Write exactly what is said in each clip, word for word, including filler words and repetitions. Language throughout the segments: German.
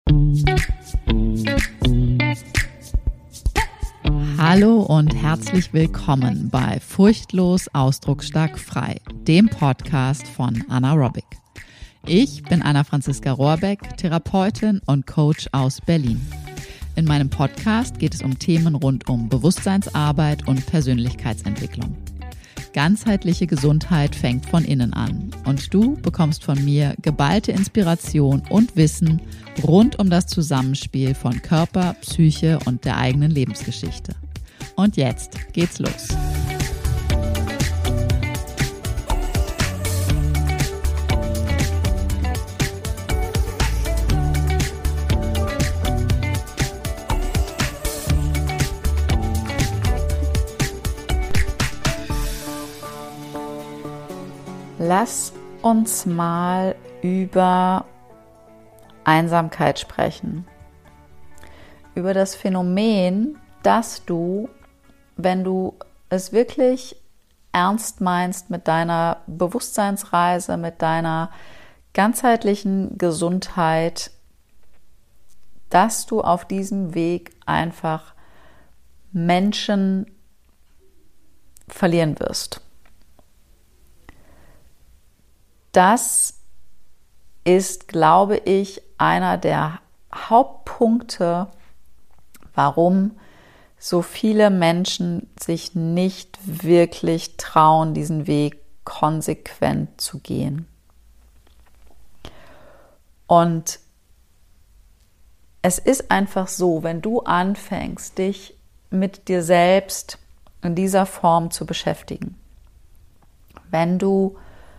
Hallo und herzlich willkommen bei Furchtlos Ausdrucksstark frei, dem Podcast von Anna Robic. Ich bin Anna-Franziska Rohrbeck, Therapeutin und Coach aus Berlin. In meinem Podcast geht es um Themen rund um Bewusstseinsarbeit und Persönlichkeitsentwicklung. Ganzheitliche Gesundheit fängt von innen an und du bekommst von mir geballte Inspiration und Wissen rund um das Zusammenspiel von Körper, Psyche und der eigenen Lebensgeschichte. Und jetzt geht's los. Lass uns mal über Einsamkeit sprechen. Über das Phänomen, dass du, wenn du es wirklich ernst meinst mit deiner Bewusstseinsreise, mit deiner ganzheitlichen Gesundheit, dass du auf diesem Weg einfach Menschen verlieren wirst. Das ist, glaube ich, einer der Hauptpunkte, warum so viele Menschen sich nicht wirklich trauen, diesen Weg konsequent zu gehen. Und es ist einfach so, wenn du anfängst, dich mit dir selbst in dieser Form zu beschäftigen, wenn du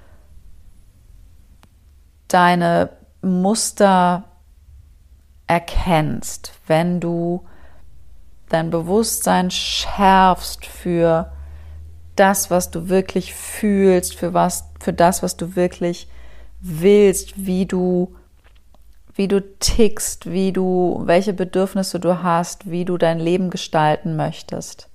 deine Muster erkennst, wenn du dein Bewusstsein schärfst für das, was du wirklich fühlst, für was, für das, was du wirklich willst, wie du, wie du tickst, wie du, welche Bedürfnisse du hast, wie du dein Leben gestalten möchtest,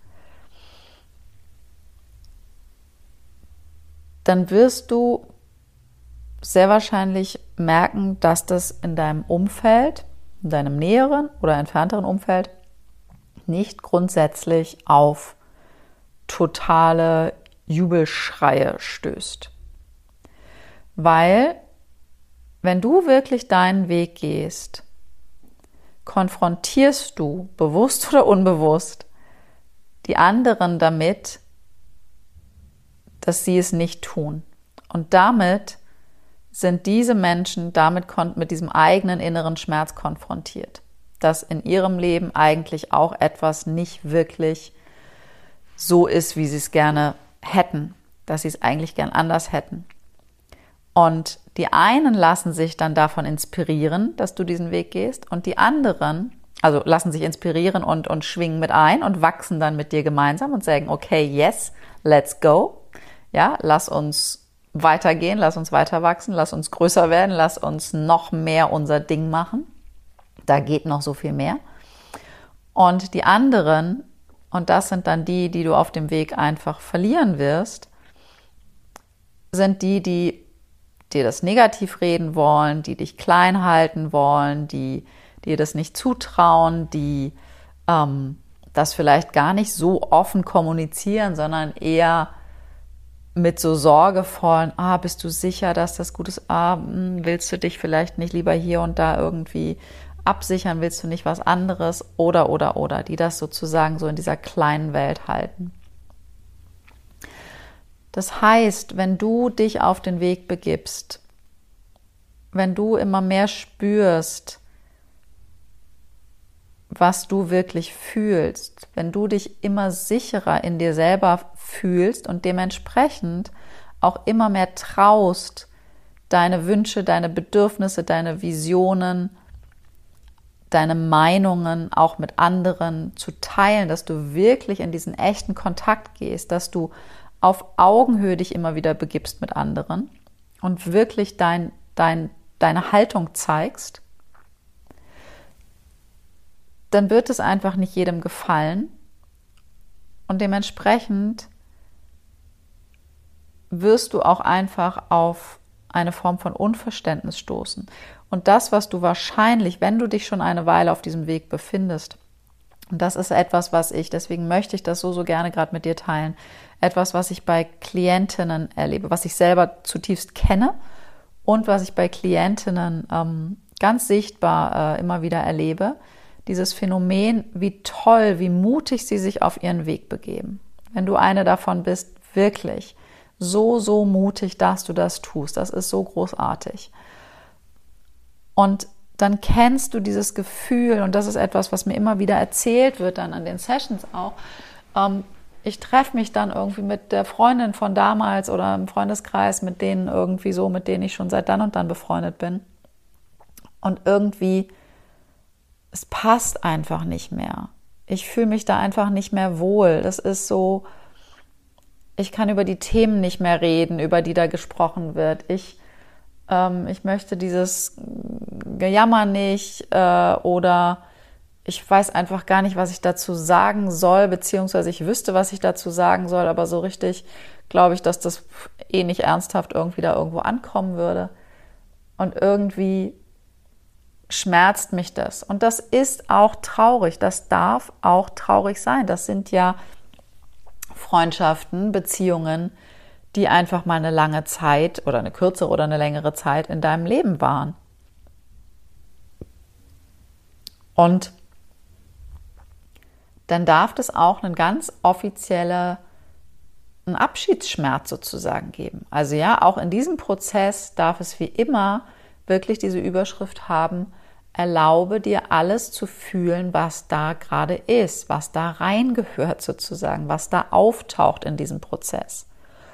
dann wirst du sehr wahrscheinlich merken, dass das in deinem Umfeld, in deinem näheren oder entfernteren Umfeld nicht grundsätzlich auf totale Jubelschreie stößt. Weil, wenn du wirklich deinen Weg gehst, konfrontierst du, bewusst oder unbewusst, die anderen damit, dass sie es nicht tun. Und damit sind diese Menschen damit mit diesem eigenen inneren Schmerz konfrontiert, dass in ihrem Leben eigentlich auch etwas nicht wirklich so ist, wie sie es gerne hätten, dass sie es eigentlich gern anders hätten. Und die einen lassen sich dann davon inspirieren, dass du diesen Weg gehst, und die anderen, also lassen sich inspirieren und, und schwingen mit ein und wachsen dann mit dir gemeinsam und sagen, okay, yes, let's go. Ja, lass uns weitergehen, lass uns weiter wachsen, lass uns größer werden, lass uns noch mehr unser Ding machen. Da geht noch so viel mehr. Und die anderen, und das sind dann die, die du auf dem Weg einfach verlieren wirst, sind die, die dir das negativ reden wollen, die dich klein halten wollen, die dir das nicht zutrauen, die ähm, das vielleicht gar nicht so offen kommunizieren, sondern eher mit so sorgevollen, ah, bist du sicher, dass das gut ist? Ah, willst du dich vielleicht nicht lieber hier und da irgendwie absichern? Willst du nicht was anderes? Oder, oder, oder, die das sozusagen so in dieser kleinen Welt halten. Das heißt, wenn du dich auf den Weg begibst, wenn du immer mehr spürst, was du wirklich fühlst, wenn du dich immer sicherer in dir selber fühlst und dementsprechend auch immer mehr traust, deine Wünsche, deine Bedürfnisse, deine Visionen, deine Meinungen auch mit anderen zu teilen, dass du wirklich in diesen echten Kontakt gehst, dass du auf Augenhöhe dich immer wieder begibst mit anderen und wirklich dein, dein, deine Haltung zeigst, dann wird es einfach nicht jedem gefallen und dementsprechend wirst du auch einfach auf eine Form von Unverständnis stoßen. Und das, was du wahrscheinlich, wenn du dich schon eine Weile auf diesem Weg befindest, und das ist etwas, was ich, deswegen möchte ich das so, so gerne gerade mit dir teilen, etwas, was ich bei Klientinnen erlebe, was ich selber zutiefst kenne und was ich bei Klientinnen ähm, ganz sichtbar äh, immer wieder erlebe, dieses Phänomen, wie toll, wie mutig sie sich auf ihren Weg begeben. Wenn du eine davon bist, wirklich so, so mutig, dass du das tust. Das ist so großartig. Und dann kennst du dieses Gefühl, und das ist etwas, was mir immer wieder erzählt wird, dann an den Sessions auch. Ähm, ich treffe mich dann irgendwie mit der Freundin von damals oder im Freundeskreis, mit denen irgendwie so, mit denen ich schon seit dann und dann befreundet bin. Und irgendwie, es passt einfach nicht mehr. Ich fühle mich da einfach nicht mehr wohl. Das ist so, ich kann über die Themen nicht mehr reden, über die da gesprochen wird. Ich, ähm, ich möchte dieses Gejammer nicht äh, oder ich weiß einfach gar nicht, was ich dazu sagen soll, beziehungsweise ich wüsste, was ich dazu sagen soll, aber so richtig glaube ich, dass das eh nicht ernsthaft irgendwie da irgendwo ankommen würde. Und irgendwie schmerzt mich das. Und das ist auch traurig. Das darf auch traurig sein. Das sind ja Freundschaften, Beziehungen, die einfach mal eine lange Zeit oder eine kürzere oder eine längere Zeit in deinem Leben waren. Und dann darf es auch einen ganz offiziellen einen Abschiedsschmerz sozusagen geben. Also ja, auch in diesem Prozess darf es wie immer wirklich diese Überschrift haben: Erlaube dir alles zu fühlen, was da gerade ist, was da reingehört sozusagen, was da auftaucht in diesem Prozess.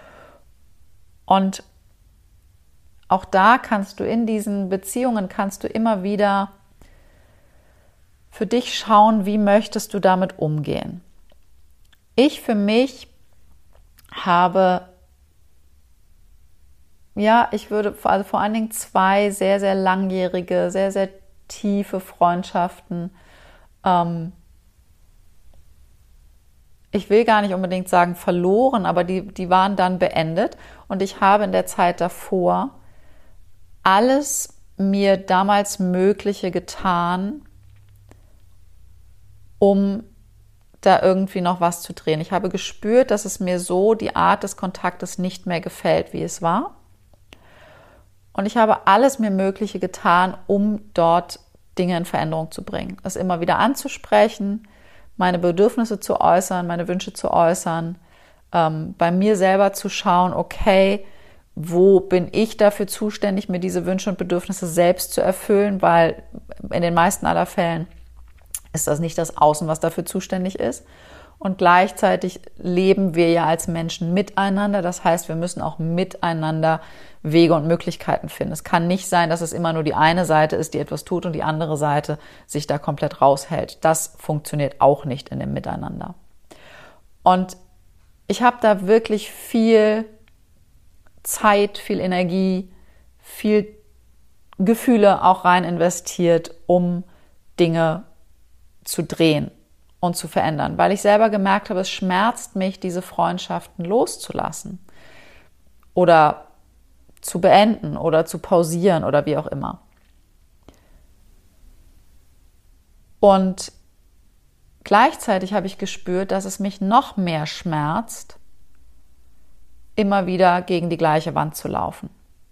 Und auch da kannst du in diesen Beziehungen, kannst du immer wieder für dich schauen, wie möchtest du damit umgehen. Ich für mich habe, ja, ich würde also vor allen Dingen zwei sehr, sehr langjährige, sehr, sehr tiefe Freundschaften. Ähm, ich will gar nicht unbedingt sagen verloren, aber die, die waren dann beendet. Und ich habe in der Zeit davor alles mir damals Mögliche getan, um da irgendwie noch was zu drehen. Ich habe gespürt, dass es mir so die Art des Kontaktes nicht mehr gefällt, wie es war. Und ich habe alles mir Mögliche getan, um dort Dinge in Veränderung zu bringen. Es immer wieder anzusprechen, meine Bedürfnisse zu äußern, meine Wünsche zu äußern, ähm, bei mir selber zu schauen, okay, wo bin ich dafür zuständig, mir diese Wünsche und Bedürfnisse selbst zu erfüllen, weil in den meisten aller Fällen ist das nicht das Außen, was dafür zuständig ist. Und gleichzeitig leben wir ja als Menschen miteinander. Das heißt, wir müssen auch miteinander Wege und Möglichkeiten finden. Es kann nicht sein, dass es immer nur die eine Seite ist, die etwas tut und die andere Seite sich da komplett raushält. Das funktioniert auch nicht in dem Miteinander. Und ich habe da wirklich viel Zeit, viel Energie, viel Gefühle auch rein investiert, um Dinge zu drehen und zu verändern, weil ich selber gemerkt habe, es schmerzt mich, diese Freundschaften loszulassen oder zu beenden oder zu pausieren oder wie auch immer. Und gleichzeitig habe ich gespürt, dass es mich noch mehr schmerzt, immer wieder gegen die gleiche Wand zu laufen.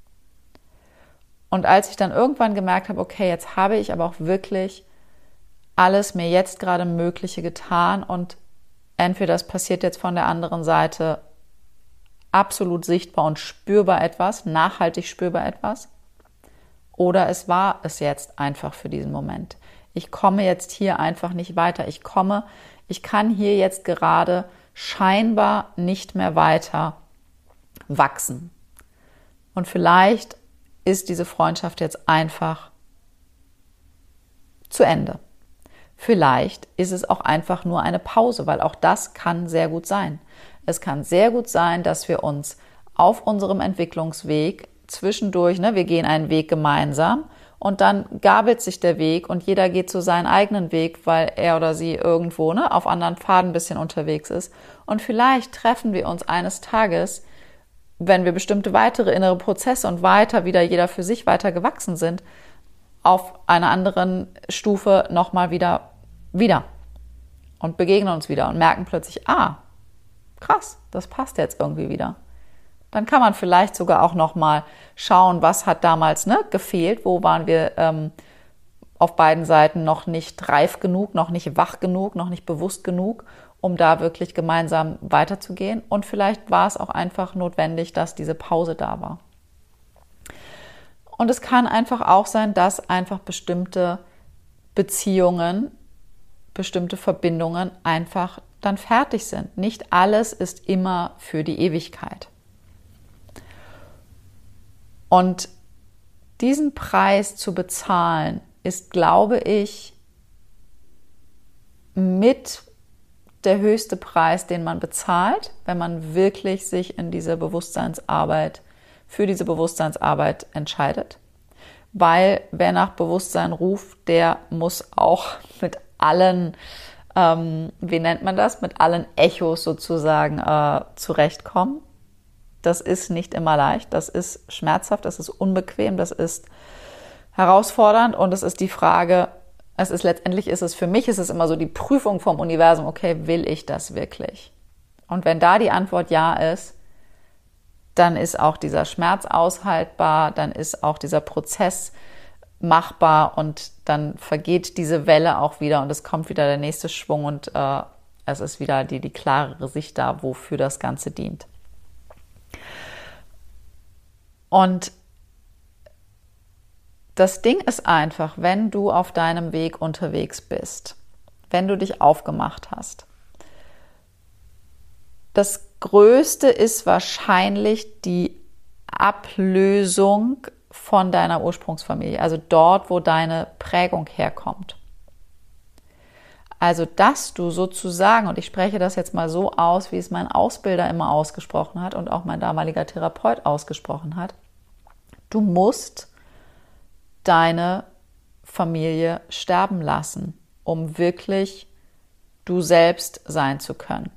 Und als ich dann irgendwann gemerkt habe, okay, jetzt habe ich aber auch wirklich alles mir jetzt gerade Mögliche getan und entweder das passiert jetzt von der anderen Seite absolut sichtbar und spürbar etwas, nachhaltig spürbar etwas, oder es war es jetzt einfach für diesen Moment. Ich komme jetzt hier einfach nicht weiter. Ich komme, ich kann hier jetzt gerade scheinbar nicht mehr weiter wachsen. Und vielleicht ist diese Freundschaft jetzt einfach zu Ende. Vielleicht ist es auch einfach nur eine Pause, weil auch das kann sehr gut sein. Es kann sehr gut sein, dass wir uns auf unserem Entwicklungsweg zwischendurch, ne, wir gehen einen Weg gemeinsam und dann gabelt sich der Weg und jeder geht so seinen eigenen Weg, weil er oder sie irgendwo ne, auf anderen Pfaden ein bisschen unterwegs ist. Und vielleicht treffen wir uns eines Tages wenn wir bestimmte weitere innere Prozesse und weiter wieder jeder für sich weiter gewachsen sind, auf einer anderen Stufe nochmal wieder, wieder und begegnen uns wieder und merken plötzlich, ah, krass, das passt jetzt irgendwie wieder. Dann kann man vielleicht sogar auch nochmal schauen, was hat damals ne, gefehlt, wo waren wir ähm, auf beiden Seiten noch nicht reif genug, noch nicht wach genug, noch nicht bewusst genug, um da wirklich gemeinsam weiterzugehen. Und vielleicht war es auch einfach notwendig, dass diese Pause da war. Und es kann einfach auch sein, dass einfach bestimmte Beziehungen, bestimmte Verbindungen einfach dann fertig sind. Nicht alles ist immer für die Ewigkeit. Und diesen Preis zu bezahlen, ist, glaube ich, mit der höchste Preis, den man bezahlt, wenn man wirklich sich in diese Bewusstseinsarbeit, für diese Bewusstseinsarbeit entscheidet. Weil wer nach Bewusstsein ruft, der muss auch mit allen, ähm, wie nennt man das, mit allen Echos sozusagen äh, zurechtkommen. Das ist nicht immer leicht, das ist schmerzhaft, das ist unbequem, das ist herausfordernd und es ist die Frage, es ist letztendlich ist es für mich, ist es immer so die Prüfung vom Universum, okay, will ich das wirklich? Und wenn da die Antwort ja ist, dann ist auch dieser Schmerz aushaltbar, dann ist auch dieser Prozess machbar und dann vergeht diese Welle auch wieder und es kommt wieder der nächste Schwung und äh, es ist wieder die, die klarere Sicht da, wofür das Ganze dient. Und das Ding ist einfach, wenn du auf deinem Weg unterwegs bist, wenn du dich aufgemacht hast, das Größte ist wahrscheinlich die Ablösung von deiner Ursprungsfamilie, also dort, wo deine Prägung herkommt. Also, dass du sozusagen, und ich spreche das jetzt mal so aus, wie es mein Ausbilder immer ausgesprochen hat und auch mein damaliger Therapeut ausgesprochen hat, du musst deine Familie sterben lassen, um wirklich du selbst sein zu können.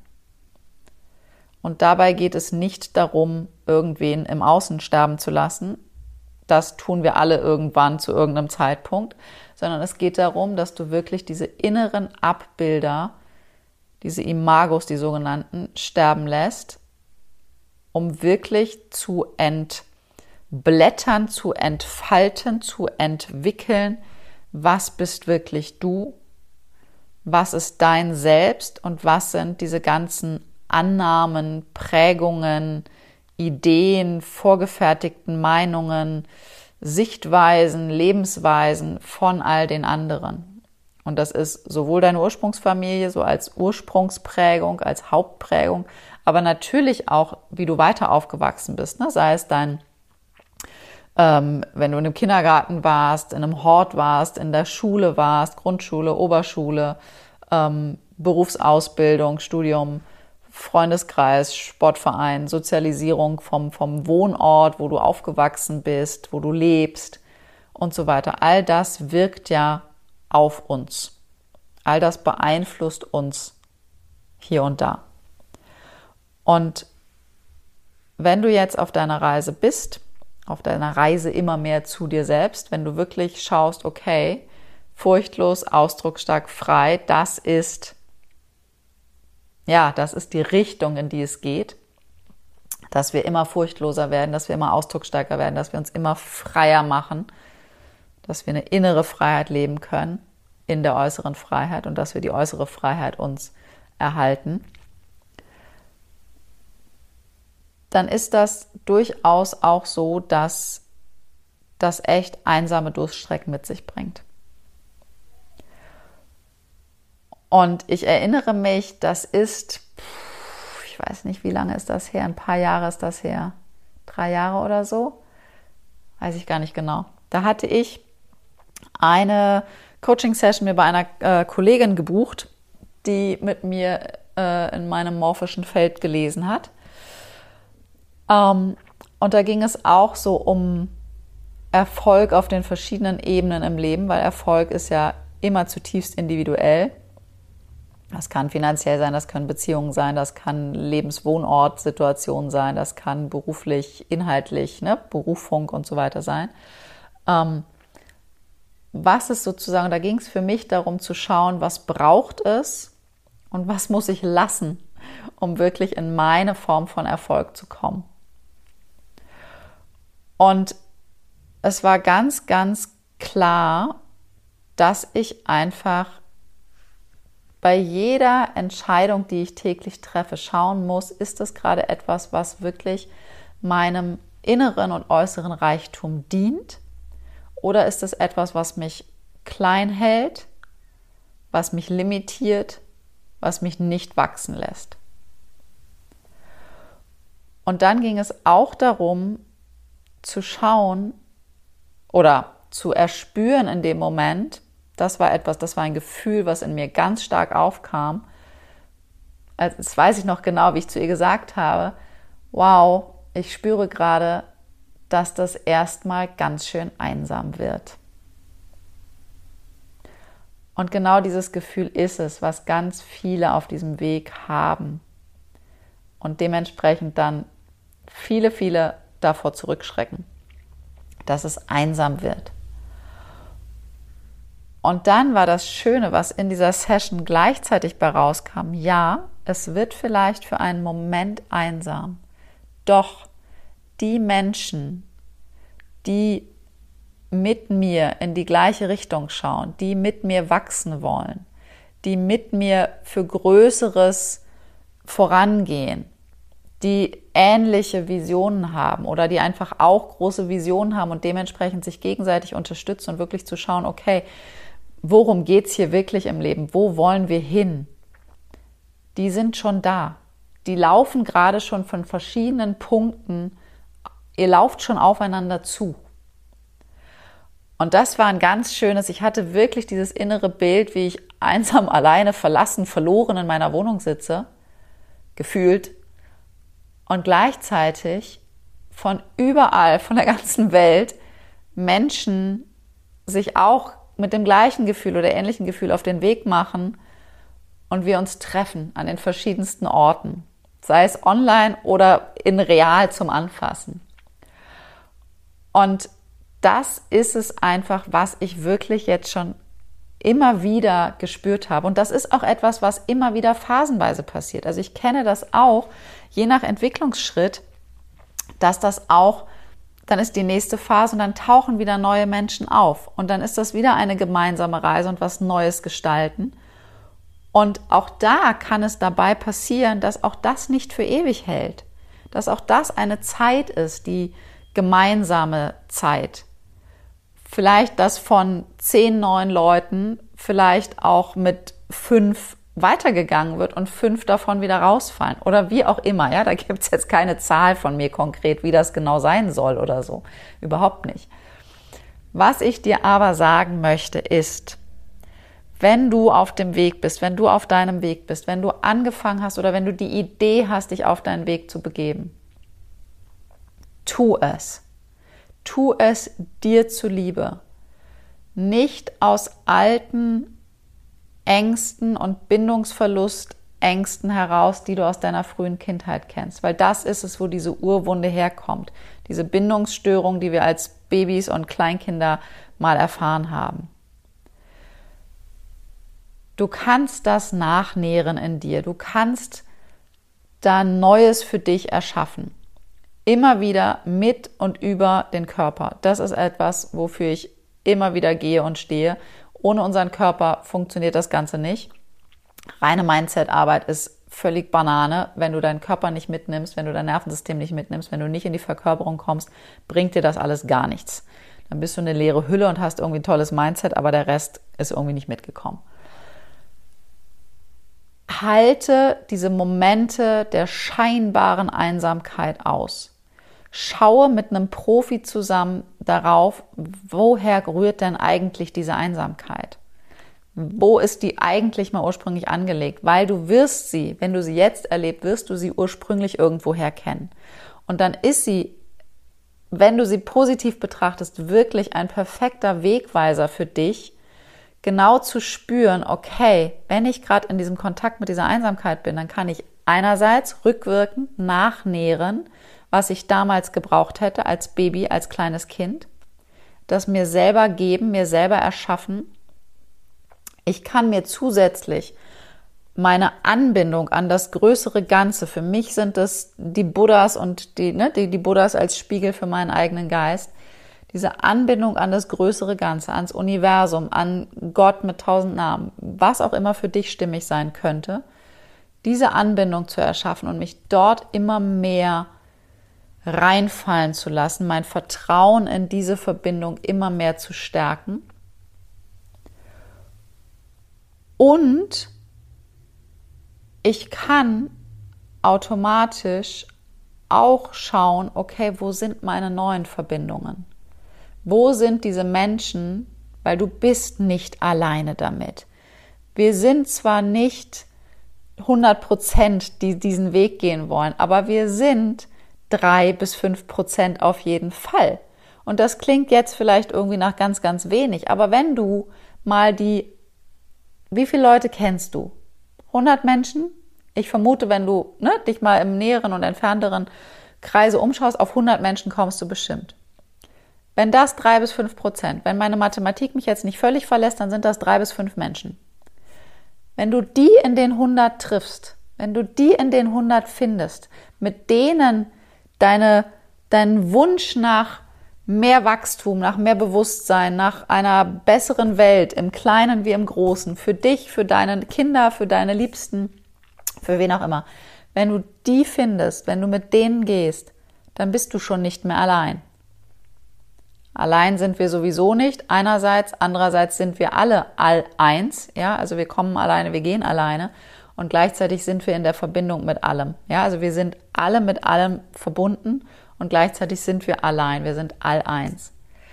Und dabei geht es nicht darum, irgendwen im Außen sterben zu lassen. Das tun wir alle irgendwann zu irgendeinem Zeitpunkt, sondern es geht darum, dass du wirklich diese inneren Abbilder, diese Imagos, die sogenannten, sterben lässt, um wirklich zu entblättern, zu entfalten, zu entwickeln, was bist wirklich du, was ist dein Selbst und was sind diese ganzen Annahmen, Prägungen, Ideen, vorgefertigten Meinungen, Sichtweisen, Lebensweisen von all den anderen. Und das ist sowohl deine Ursprungsfamilie, so als Ursprungsprägung, als Hauptprägung, aber natürlich auch, wie du weiter aufgewachsen bist, ne? Sei es dein, ähm, wenn du in einem Kindergarten warst, in einem Hort warst, in der Schule warst, Grundschule, Oberschule, ähm, Berufsausbildung, Studium, Freundeskreis, Sportverein, Sozialisierung vom, vom Wohnort, wo du aufgewachsen bist, wo du lebst und so weiter. All das wirkt ja auf uns. All das beeinflusst uns hier und da. Und wenn du jetzt auf deiner Reise bist, auf deiner Reise immer mehr zu dir selbst, wenn du wirklich schaust, okay, furchtlos, ausdrucksstark, frei, das ist Ja, das ist die Richtung, in die es geht, dass wir immer furchtloser werden, dass wir immer ausdrucksstärker werden, dass wir uns immer freier machen, dass wir eine innere Freiheit leben können in der äußeren Freiheit und dass wir die äußere Freiheit uns erhalten. Dann ist das durchaus auch so, dass das echt einsame Durststrecken mit sich bringt. Und ich erinnere mich, das ist, ich weiß nicht, wie lange ist das her, ein paar Jahre ist das her, drei Jahre oder so, weiß ich gar nicht genau. Da hatte ich eine Coaching-Session mir bei einer äh, Kollegin gebucht, die mit mir äh, in meinem morphischen Feld gelesen hat. Ähm, und da ging es auch so um Erfolg auf den verschiedenen Ebenen im Leben, weil Erfolg ist ja immer zutiefst individuell. Das kann finanziell sein, das können Beziehungen sein, das kann Lebenswohnortsituation sein, das kann beruflich, inhaltlich, ne, Berufung und so weiter sein. Ähm, was ist sozusagen, da ging es für mich darum zu schauen, was braucht es und was muss ich lassen, um wirklich in meine Form von Erfolg zu kommen. Und es war ganz, ganz klar, dass ich einfach bei jeder Entscheidung, die ich täglich treffe, schauen muss, ist das gerade etwas, was wirklich meinem inneren und äußeren Reichtum dient? Oder ist es etwas, was mich klein hält, was mich limitiert, was mich nicht wachsen lässt? Und dann ging es auch darum, zu schauen oder zu erspüren in dem Moment, das war etwas, das war ein Gefühl, was in mir ganz stark aufkam. Also, das weiß ich noch genau, wie ich zu ihr gesagt habe, wow, ich spüre gerade, dass das erstmal ganz schön einsam wird. Und genau dieses Gefühl ist es, was ganz viele auf diesem Weg haben. Und dementsprechend dann viele, viele davor zurückschrecken, dass es einsam wird. Und dann war das Schöne, was in dieser Session gleichzeitig bei rauskam, ja, es wird vielleicht für einen Moment einsam, doch die Menschen, die mit mir in die gleiche Richtung schauen, die mit mir wachsen wollen, die mit mir für Größeres vorangehen, die ähnliche Visionen haben oder die einfach auch große Visionen haben und dementsprechend sich gegenseitig unterstützen und wirklich zu schauen, okay, worum geht es hier wirklich im Leben? Wo wollen wir hin? Die sind schon da. Die laufen gerade schon von verschiedenen Punkten. Ihr lauft schon aufeinander zu. Und das war ein ganz schönes, ich hatte wirklich dieses innere Bild, wie ich einsam, alleine, verlassen, verloren in meiner Wohnung sitze, gefühlt. Und gleichzeitig von überall, von der ganzen Welt, Menschen sich auch mit dem gleichen Gefühl oder ähnlichen Gefühl auf den Weg machen und wir uns treffen an den verschiedensten Orten, sei es online oder in real zum Anfassen. Und das ist es einfach, was ich wirklich jetzt schon immer wieder gespürt habe. Und das ist auch etwas, was immer wieder phasenweise passiert. Also ich kenne das auch, je nach Entwicklungsschritt, dass das auch, dann ist die nächste Phase und dann tauchen wieder neue Menschen auf. Und dann ist das wieder eine gemeinsame Reise und was Neues gestalten. Und auch da kann es dabei passieren, dass auch das nicht für ewig hält. Dass auch das eine Zeit ist, die gemeinsame Zeit. Vielleicht das von zehn neuen Leuten vielleicht auch mit fünf weitergegangen wird und fünf davon wieder rausfallen oder wie auch immer. Ja, da gibt es jetzt keine Zahl von mir konkret, wie das genau sein soll oder so. Überhaupt nicht. Was ich dir aber sagen möchte ist, wenn du auf dem Weg bist, wenn du auf deinem Weg bist, wenn du angefangen hast oder wenn du die Idee hast, dich auf deinen Weg zu begeben, tu es. Tu es dir zuliebe. Nicht aus alten Ängsten und Bindungsverlustängsten heraus, die du aus deiner frühen Kindheit kennst. Weil das ist es, wo diese Urwunde herkommt. Diese Bindungsstörung, die wir als Babys und Kleinkinder mal erfahren haben. Du kannst das nachnähren in dir. Du kannst da Neues für dich erschaffen. Immer wieder mit und über den Körper. Das ist etwas, wofür ich immer wieder gehe und stehe. Ohne unseren Körper funktioniert das Ganze nicht. Reine Mindset-Arbeit ist völlig Banane. Wenn du deinen Körper nicht mitnimmst, wenn du dein Nervensystem nicht mitnimmst, wenn du nicht in die Verkörperung kommst, bringt dir das alles gar nichts. Dann bist du eine leere Hülle und hast irgendwie ein tolles Mindset, aber der Rest ist irgendwie nicht mitgekommen. Halte diese Momente der scheinbaren Einsamkeit aus. Schaue mit einem Profi zusammen darauf, woher rührt denn eigentlich diese Einsamkeit? Wo ist die eigentlich mal ursprünglich angelegt? Weil du wirst sie, wenn du sie jetzt erlebst, wirst du sie ursprünglich irgendwoher kennen. Und dann ist sie, wenn du sie positiv betrachtest, wirklich ein perfekter Wegweiser für dich, genau zu spüren, okay, wenn ich gerade in diesem Kontakt mit dieser Einsamkeit bin, dann kann ich einerseits rückwirkend nachnähren, was ich damals gebraucht hätte als Baby, als kleines Kind, das mir selber geben, mir selber erschaffen. Ich kann mir zusätzlich meine Anbindung an das größere Ganze, für mich sind das die Buddhas und die, ne, die, die Buddhas als Spiegel für meinen eigenen Geist, diese Anbindung an das größere Ganze, ans Universum, an Gott mit tausend Namen, was auch immer für dich stimmig sein könnte, diese Anbindung zu erschaffen und mich dort immer mehr reinfallen zu lassen, mein Vertrauen in diese Verbindung immer mehr zu stärken. Und ich kann automatisch auch schauen, okay, wo sind meine neuen Verbindungen? Wo sind diese Menschen? Weil du bist nicht alleine damit. Wir sind zwar nicht hundert Prozent, die diesen Weg gehen wollen, aber wir sind drei bis fünf Prozent auf jeden Fall. Und das klingt jetzt vielleicht irgendwie nach ganz, ganz wenig, aber wenn du mal die, wie viele Leute kennst du? hundert Menschen? Ich vermute, wenn du ne, dich mal im näheren und entfernteren Kreise umschaust, auf hundert Menschen kommst du bestimmt. Wenn das drei bis fünf Prozent, wenn meine Mathematik mich jetzt nicht völlig verlässt, dann sind das drei bis fünf Menschen. Wenn du die in den hundert triffst, wenn du die in den hundert findest, mit denen deine, dein Wunsch nach mehr Wachstum, nach mehr Bewusstsein, nach einer besseren Welt, im Kleinen wie im Großen, für dich, für deine Kinder, für deine Liebsten, für wen auch immer. Wenn du die findest, wenn du mit denen gehst, dann bist du schon nicht mehr allein. Allein sind wir sowieso nicht, einerseits, andererseits sind wir alle all eins, ja, also wir kommen alleine, wir gehen alleine und gleichzeitig sind wir in der Verbindung mit allem, ja, also wir sind alle mit allem verbunden und gleichzeitig sind wir allein, wir sind all eins.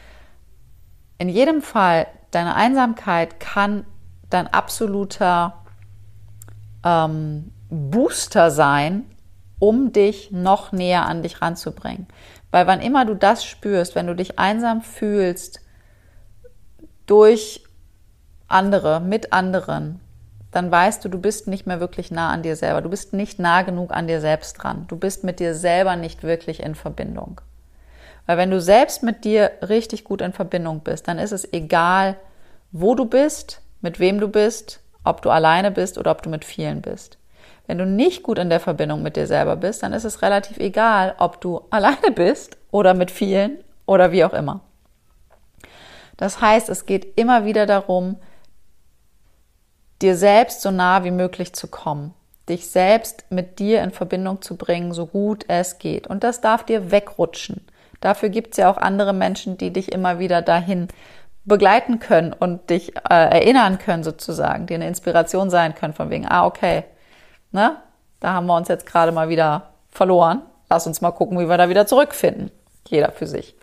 In jedem Fall, deine Einsamkeit kann dein absoluter ähm, Booster sein, um dich noch näher an dich ranzubringen. Weil wann immer du das spürst, wenn du dich einsam fühlst durch andere, mit anderen, dann weißt du, du bist nicht mehr wirklich nah an dir selber. Du bist nicht nah genug an dir selbst dran. Du bist mit dir selber nicht wirklich in Verbindung. Weil wenn du selbst mit dir richtig gut in Verbindung bist, dann ist es egal, wo du bist, mit wem du bist, ob du alleine bist oder ob du mit vielen bist. Wenn du nicht gut in der Verbindung mit dir selber bist, dann ist es relativ egal, ob du alleine bist oder mit vielen oder wie auch immer. Das heißt, es geht immer wieder darum, dir selbst so nah wie möglich zu kommen, dich selbst mit dir in Verbindung zu bringen, so gut es geht. Und das darf dir wegrutschen. Dafür gibt es ja auch andere Menschen, die dich immer wieder dahin begleiten können und dich äh, erinnern können sozusagen, dir eine Inspiration sein können von wegen, ah okay, ne, da haben wir uns jetzt gerade mal wieder verloren. Lass uns mal gucken, wie wir da wieder zurückfinden. Jeder für sich.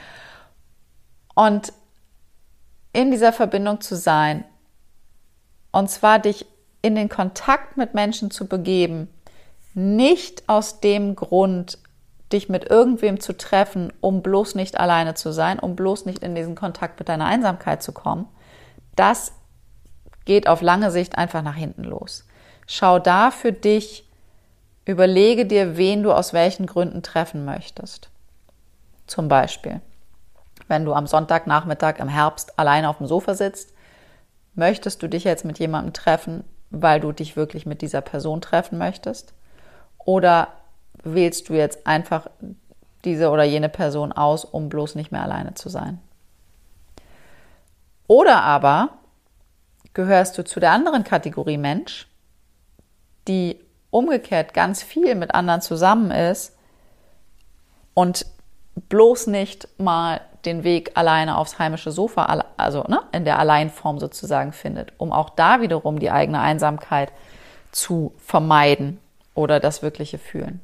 Und in dieser Verbindung zu sein, und zwar dich in den Kontakt mit Menschen zu begeben, nicht aus dem Grund, dich mit irgendwem zu treffen, um bloß nicht alleine zu sein, um bloß nicht in diesen Kontakt mit deiner Einsamkeit zu kommen, das geht auf lange Sicht einfach nach hinten los. Schau da für dich, überlege dir, wen du aus welchen Gründen treffen möchtest. Zum Beispiel, wenn du am Sonntagnachmittag im Herbst alleine auf dem Sofa sitzt, möchtest du dich jetzt mit jemandem treffen, weil du dich wirklich mit dieser Person treffen möchtest? Oder wählst du jetzt einfach diese oder jene Person aus, um bloß nicht mehr alleine zu sein? Oder aber gehörst du zu der anderen Kategorie Mensch, die umgekehrt ganz viel mit anderen zusammen ist und bloß nicht mal den Weg alleine aufs heimische Sofa, also ne, in der Alleinform sozusagen findet, um auch da wiederum die eigene Einsamkeit zu vermeiden oder das wirkliche Fühlen.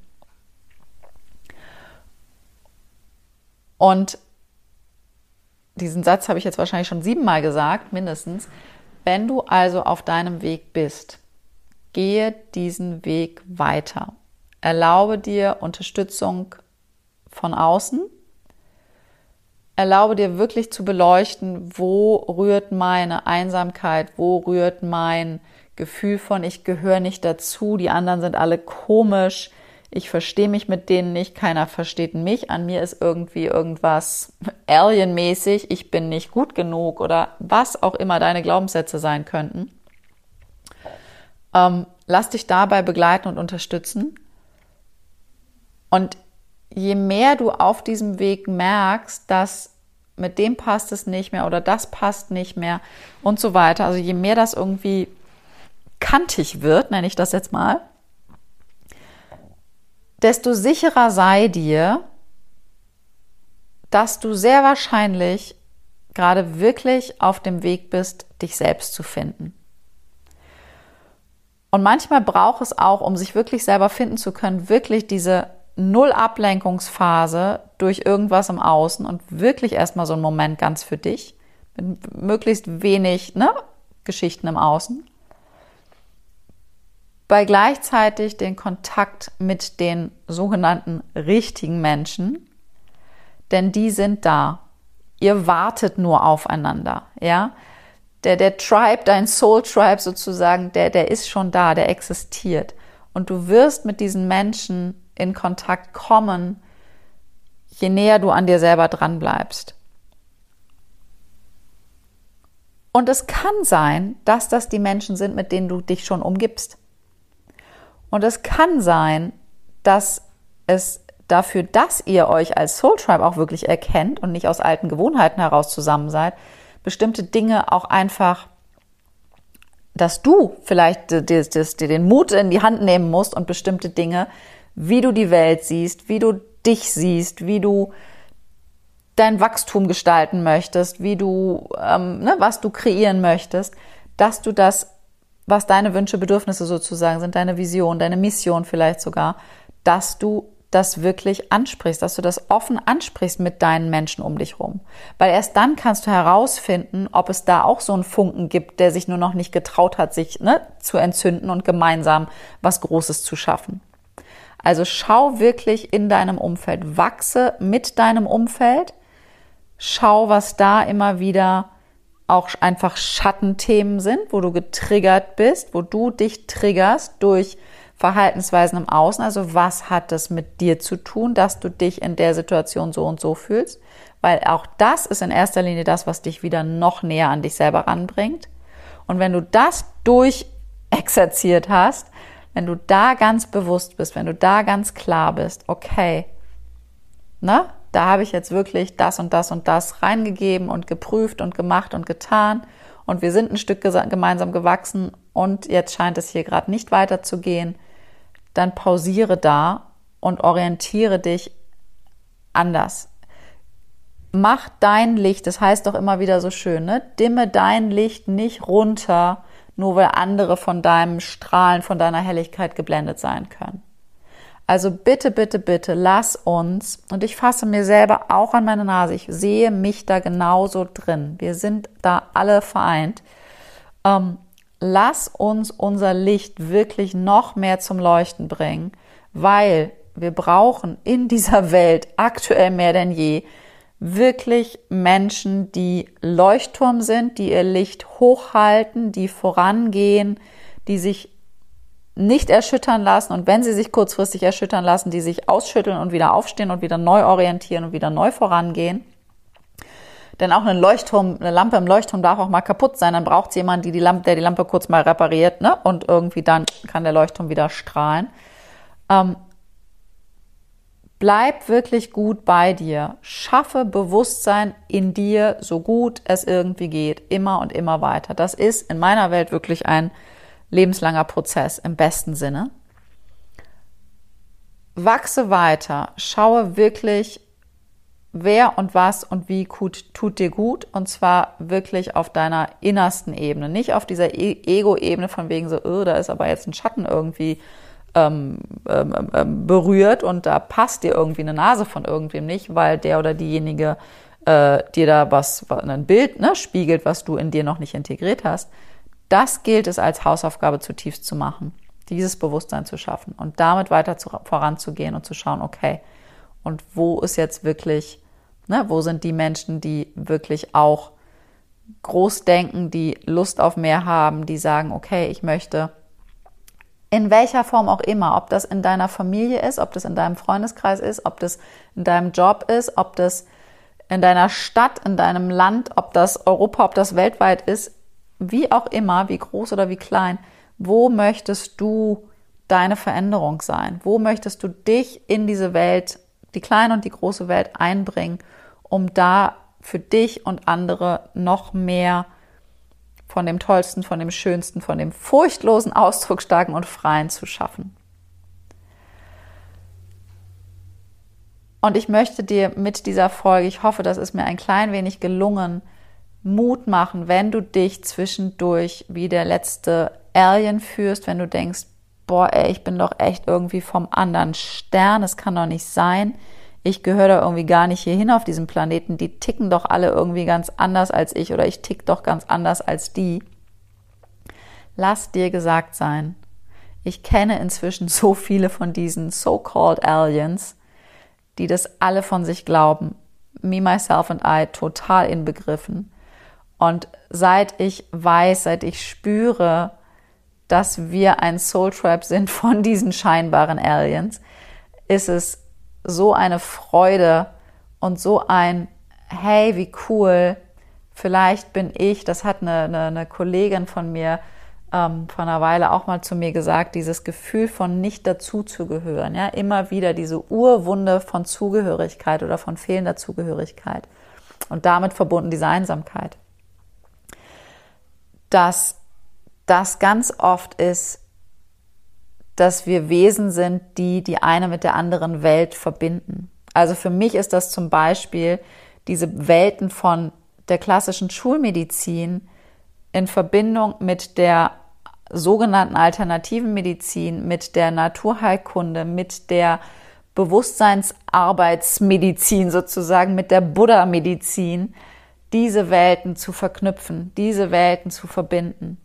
Und diesen Satz habe ich jetzt wahrscheinlich schon siebenmal gesagt, mindestens. Wenn du also auf deinem Weg bist, gehe diesen Weg weiter. Erlaube dir Unterstützung von außen. erlaube dir wirklich zu beleuchten, wo rührt meine Einsamkeit, wo rührt mein Gefühl von, ich gehöre nicht dazu, die anderen sind alle komisch, ich verstehe mich mit denen nicht, keiner versteht mich, an mir ist irgendwie irgendwas alienmäßig, ich bin nicht gut genug oder was auch immer deine Glaubenssätze sein könnten. Ähm, lass dich dabei begleiten und unterstützen. Und je mehr du auf diesem Weg merkst, dass mit dem passt es nicht mehr oder das passt nicht mehr und so weiter, also je mehr das irgendwie kantig wird, nenne ich das jetzt mal, desto sicherer sei dir, dass du sehr wahrscheinlich gerade wirklich auf dem Weg bist, dich selbst zu finden. Und manchmal braucht es auch, um sich wirklich selber finden zu können, wirklich diese Null-Ablenkungsphase durch irgendwas im Außen und wirklich erstmal so einen Moment ganz für dich, mit möglichst wenig ne, Geschichten im Außen, bei gleichzeitig den Kontakt mit den sogenannten richtigen Menschen, denn die sind da. Ihr wartet nur aufeinander, ja. Der, der Tribe, dein Soul Tribe sozusagen, der, der ist schon da, der existiert. Und du wirst mit diesen Menschen in Kontakt kommen, je näher du an dir selber dran bleibst. Und es kann sein, dass das die Menschen sind, mit denen du dich schon umgibst. Und es kann sein, dass es dafür, dass ihr euch als Soul Tribe auch wirklich erkennt und nicht aus alten Gewohnheiten heraus zusammen seid, bestimmte Dinge auch einfach, dass du vielleicht dir den Mut in die Hand nehmen musst und bestimmte Dinge, wie du die Welt siehst, wie du dich siehst, wie du dein Wachstum gestalten möchtest, wie du, ähm, ne, was du kreieren möchtest, dass du das, was deine Wünsche, Bedürfnisse sozusagen sind, deine Vision, deine Mission vielleicht sogar, dass du das wirklich ansprichst, dass du das offen ansprichst mit deinen Menschen um dich rum. Weil erst dann kannst du herausfinden, ob es da auch so einen Funken gibt, der sich nur noch nicht getraut hat, sich ne, zu entzünden und gemeinsam was Großes zu schaffen. Also schau wirklich in deinem Umfeld, wachse mit deinem Umfeld, schau, was da immer wieder auch einfach Schattenthemen sind, wo du getriggert bist, wo du dich triggerst durch Verhaltensweisen im Außen. Also was hat das mit dir zu tun, dass du dich in der Situation so und so fühlst? Weil auch das ist in erster Linie das, was dich wieder noch näher an dich selber ranbringt. Und wenn du das durchexerziert hast, wenn du da ganz bewusst bist, wenn du da ganz klar bist, okay, ne, da habe ich jetzt wirklich das und das und das reingegeben und geprüft und gemacht und getan und wir sind ein Stück gemeinsam gewachsen und jetzt scheint es hier gerade nicht weiterzugehen, dann pausiere da und orientiere dich anders. Mach dein Licht, das heißt doch immer wieder so schön, ne? Dimme dein Licht nicht runter, nur weil andere von deinem Strahlen, von deiner Helligkeit geblendet sein können. Also bitte, bitte, bitte, lass uns, und ich fasse mir selber auch an meine Nase, ich sehe mich da genauso drin, wir sind da alle vereint, ähm, lass uns unser Licht wirklich noch mehr zum Leuchten bringen, weil wir brauchen in dieser Welt aktuell mehr denn je wirklich Menschen, die Leuchtturm sind, die ihr Licht hochhalten, die vorangehen, die sich nicht erschüttern lassen und wenn sie sich kurzfristig erschüttern lassen, die sich ausschütteln und wieder aufstehen und wieder neu orientieren und wieder neu vorangehen. Denn auch ein Leuchtturm, eine Lampe im Leuchtturm darf auch mal kaputt sein. Dann braucht es jemanden, die die Lampe, der die Lampe kurz mal repariert, ne? Und irgendwie dann kann der Leuchtturm wieder strahlen. Ähm, bleib wirklich gut bei dir. Schaffe Bewusstsein in dir, so gut es irgendwie geht, immer und immer weiter. Das ist in meiner Welt wirklich ein lebenslanger Prozess im besten Sinne. Wachse weiter, schaue wirklich, wer und was und wie gut, tut dir gut und zwar wirklich auf deiner innersten Ebene, nicht auf dieser e- Ego-Ebene von wegen so, oh, da ist aber jetzt ein Schatten irgendwie ähm, ähm, ähm, berührt und da passt dir irgendwie eine Nase von irgendwem nicht, weil der oder diejenige äh, dir da was, ein Bild ne, spiegelt, was du in dir noch nicht integriert hast. Das gilt es als Hausaufgabe zutiefst zu machen, dieses Bewusstsein zu schaffen und damit weiter zu, voranzugehen und zu schauen, okay, und wo ist jetzt wirklich Ne? Wo sind die Menschen, die wirklich auch groß denken, die Lust auf mehr haben, die sagen, okay, ich möchte in welcher Form auch immer, ob das in deiner Familie ist, ob das in deinem Freundeskreis ist, ob das in deinem Job ist, ob das in deiner Stadt, in deinem Land, ob das Europa, ob das weltweit ist, wie auch immer, wie groß oder wie klein, wo möchtest du deine Veränderung sein? Wo möchtest du dich in diese Welt, die kleine und die große Welt einbringen, um da für dich und andere noch mehr von dem Tollsten, von dem Schönsten, von dem furchtlosen, ausdrucksstarken und freien zu schaffen? Und ich möchte dir mit dieser Folge, ich hoffe, das ist mir ein klein wenig gelungen, Mut machen, wenn du dich zwischendurch wie der letzte Alien fühlst, wenn du denkst, boah, ey, ich bin doch echt irgendwie vom anderen Stern, es kann doch nicht sein, ich gehöre da irgendwie gar nicht hierhin auf diesem Planeten, die ticken doch alle irgendwie ganz anders als ich oder ich tick doch ganz anders als die. Lass dir gesagt sein, ich kenne inzwischen so viele von diesen so-called Aliens, die das alle von sich glauben, me, myself and I total inbegriffen. Und seit ich weiß, seit ich spüre, dass wir ein Soul Tribe sind von diesen scheinbaren Aliens, ist es so eine Freude und so ein, hey, wie cool, vielleicht bin ich, das hat eine, eine, eine Kollegin von mir ähm, vor einer Weile auch mal zu mir gesagt, dieses Gefühl von nicht dazuzugehören, ja, immer wieder diese Urwunde von Zugehörigkeit oder von fehlender Zugehörigkeit und damit verbunden diese Einsamkeit. Dass das ganz oft ist, dass wir Wesen sind, die die eine mit der anderen Welt verbinden. Also für mich ist das zum Beispiel diese Welten von der klassischen Schulmedizin in Verbindung mit der sogenannten alternativen Medizin, mit der Naturheilkunde, mit der Bewusstseinsarbeitsmedizin sozusagen, mit der Buddha-Medizin, diese Welten zu verknüpfen, diese Welten zu verbinden.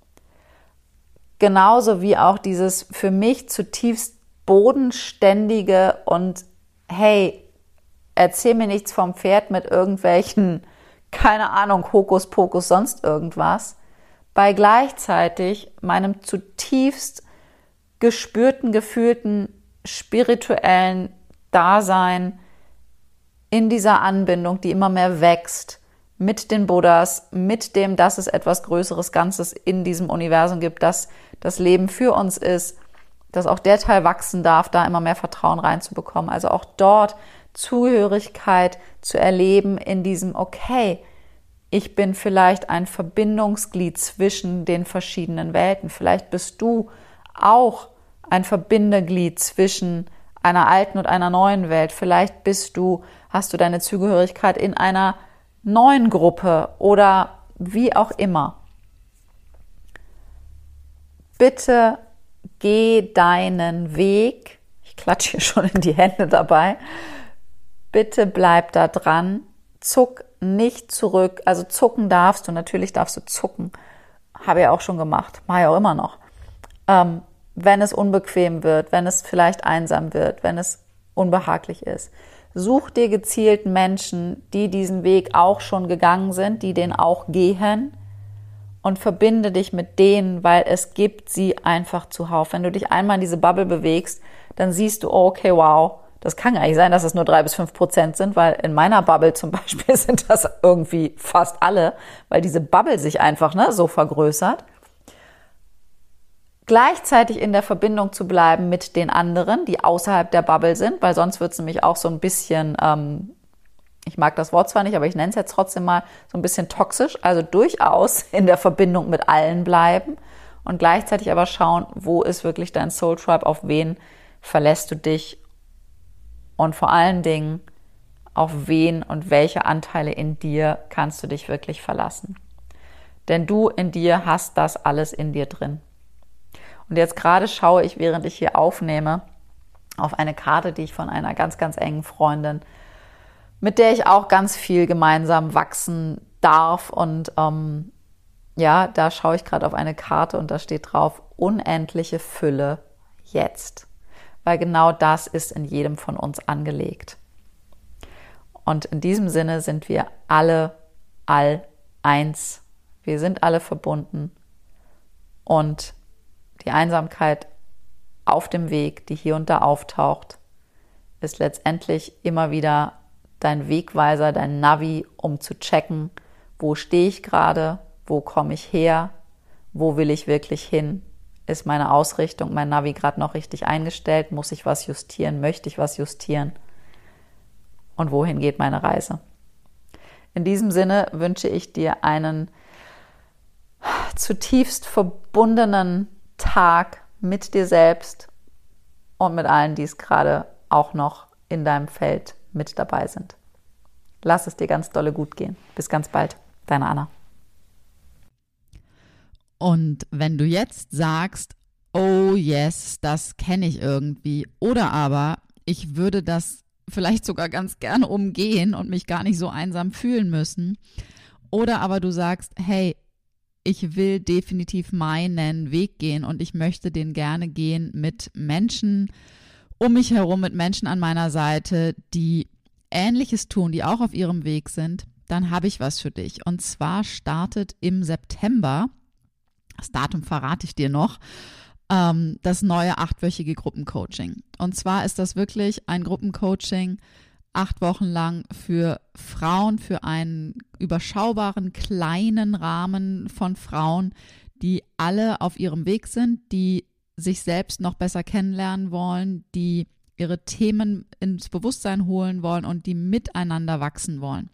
Genauso wie auch dieses für mich zutiefst bodenständige und hey, erzähl mir nichts vom Pferd mit irgendwelchen, keine Ahnung, Hokuspokus, sonst irgendwas, bei gleichzeitig meinem zutiefst gespürten, gefühlten, spirituellen Dasein in dieser Anbindung, die immer mehr wächst, mit den Buddhas, mit dem, dass es etwas Größeres, Ganzes in diesem Universum gibt, dass das Leben für uns ist, dass auch der Teil wachsen darf, da immer mehr Vertrauen reinzubekommen. Also auch dort Zugehörigkeit zu erleben in diesem, okay, ich bin vielleicht ein Verbindungsglied zwischen den verschiedenen Welten. Vielleicht bist du auch ein Verbindeglied zwischen einer alten und einer neuen Welt. Vielleicht bist du, hast du deine Zugehörigkeit in einer neuen Gruppe oder wie auch immer. Bitte geh deinen Weg. Ich klatsche hier schon in die Hände dabei. Bitte bleib da dran. Zuck nicht zurück. Also zucken darfst du. Natürlich darfst du zucken. Habe ich auch schon gemacht. Mache ich auch immer noch. Ähm, wenn es unbequem wird, wenn es vielleicht einsam wird, wenn es unbehaglich ist. Such dir gezielt Menschen, die diesen Weg auch schon gegangen sind, die den auch gehen und verbinde dich mit denen, weil es gibt sie einfach zuhauf. Wenn du dich einmal in diese Bubble bewegst, dann siehst du, oh, okay, wow, das kann gar nicht sein, dass es nur drei bis fünf Prozent sind, weil in meiner Bubble zum Beispiel sind das irgendwie fast alle, weil diese Bubble sich einfach ne, so vergrößert. Gleichzeitig in der Verbindung zu bleiben mit den anderen, die außerhalb der Bubble sind, weil sonst wird es nämlich auch so ein bisschen, ähm, ich mag das Wort zwar nicht, aber ich nenne es jetzt trotzdem mal so ein bisschen toxisch, also durchaus in der Verbindung mit allen bleiben und gleichzeitig aber schauen, wo ist wirklich dein Soul Tribe, auf wen verlässt du dich und vor allen Dingen, auf wen und welche Anteile in dir kannst du dich wirklich verlassen. Denn du in dir hast das alles in dir drin. Und jetzt gerade schaue ich, während ich hier aufnehme, auf eine Karte, die ich von einer ganz, ganz engen Freundin, mit der ich auch ganz viel gemeinsam wachsen darf. Und ähm, ja, da schaue ich gerade auf eine Karte und da steht drauf, unendliche Fülle jetzt. Weil genau das ist in jedem von uns angelegt. Und in diesem Sinne sind wir alle all eins. Wir sind alle verbunden. Und die Einsamkeit auf dem Weg, die hier und da auftaucht, ist letztendlich immer wieder dein Wegweiser, dein Navi, um zu checken, wo stehe ich gerade, wo komme ich her, wo will ich wirklich hin, ist meine Ausrichtung, mein Navi gerade noch richtig eingestellt, muss ich was justieren, möchte ich was justieren und wohin geht meine Reise. In diesem Sinne wünsche ich dir einen zutiefst verbundenen Tag mit dir selbst und mit allen, die es gerade auch noch in deinem Feld mit dabei sind. Lass es dir ganz dolle gut gehen. Bis ganz bald. Deine Anna. Und wenn du jetzt sagst, oh yes, das kenne ich irgendwie, oder aber ich würde das vielleicht sogar ganz gerne umgehen und mich gar nicht so einsam fühlen müssen, oder aber du sagst, hey, ich will definitiv meinen Weg gehen und ich möchte den gerne gehen mit Menschen um mich herum, mit Menschen an meiner Seite, die Ähnliches tun, die auch auf ihrem Weg sind, dann habe ich was für dich. Und zwar startet im September, das Datum verrate ich dir noch, ähm, das neue achtwöchige Gruppencoaching. Und zwar ist das wirklich ein Gruppencoaching, acht Wochen lang für Frauen, für einen überschaubaren, kleinen Rahmen von Frauen, die alle auf ihrem Weg sind, die sich selbst noch besser kennenlernen wollen, die ihre Themen ins Bewusstsein holen wollen und die miteinander wachsen wollen.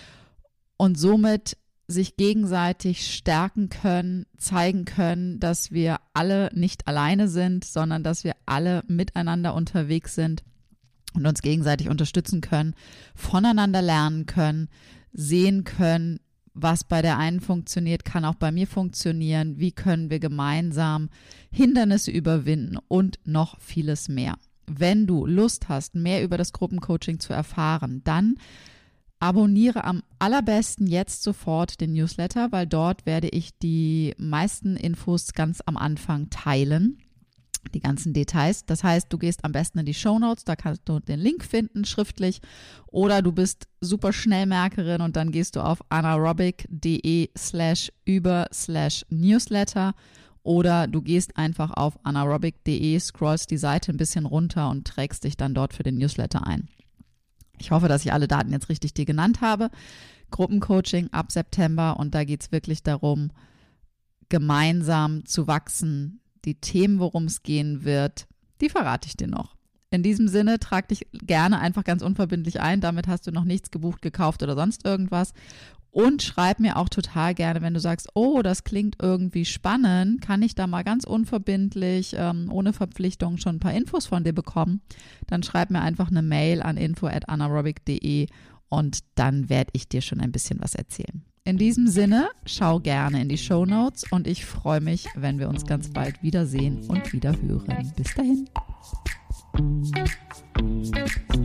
Und somit sich gegenseitig stärken können, zeigen können, dass wir alle nicht alleine sind, sondern dass wir alle miteinander unterwegs sind und uns gegenseitig unterstützen können, voneinander lernen können, sehen können, was bei der einen funktioniert, kann auch bei mir funktionieren, wie können wir gemeinsam Hindernisse überwinden und noch vieles mehr. Wenn du Lust hast, mehr über das Gruppencoaching zu erfahren, dann abonniere am allerbesten jetzt sofort den Newsletter, weil dort werde ich die meisten Infos ganz am Anfang teilen. Die ganzen Details. Das heißt, du gehst am besten in die Shownotes, da kannst du den Link finden, schriftlich, oder du bist super Schnellmerkerin und dann gehst du auf anaerobic.de slash über slash Newsletter oder du gehst einfach auf anaerobic.de, scrollst die Seite ein bisschen runter und trägst dich dann dort für den Newsletter ein. Ich hoffe, dass ich alle Daten jetzt richtig dir genannt habe. Gruppencoaching ab September und da geht es wirklich darum, gemeinsam zu wachsen. Die Themen, worum es gehen wird, die verrate ich dir noch. In diesem Sinne, trag dich gerne einfach ganz unverbindlich ein. Damit hast du noch nichts gebucht, gekauft oder sonst irgendwas. Und schreib mir auch total gerne, wenn du sagst, oh, das klingt irgendwie spannend, kann ich da mal ganz unverbindlich, ähm, ohne Verpflichtung schon ein paar Infos von dir bekommen? Dann schreib mir einfach eine Mail an info at anaerobic punkt de und dann werde ich dir schon ein bisschen was erzählen. In diesem Sinne, schau gerne in die Shownotes und ich freue mich, wenn wir uns ganz bald wiedersehen und wieder hören. Bis dahin.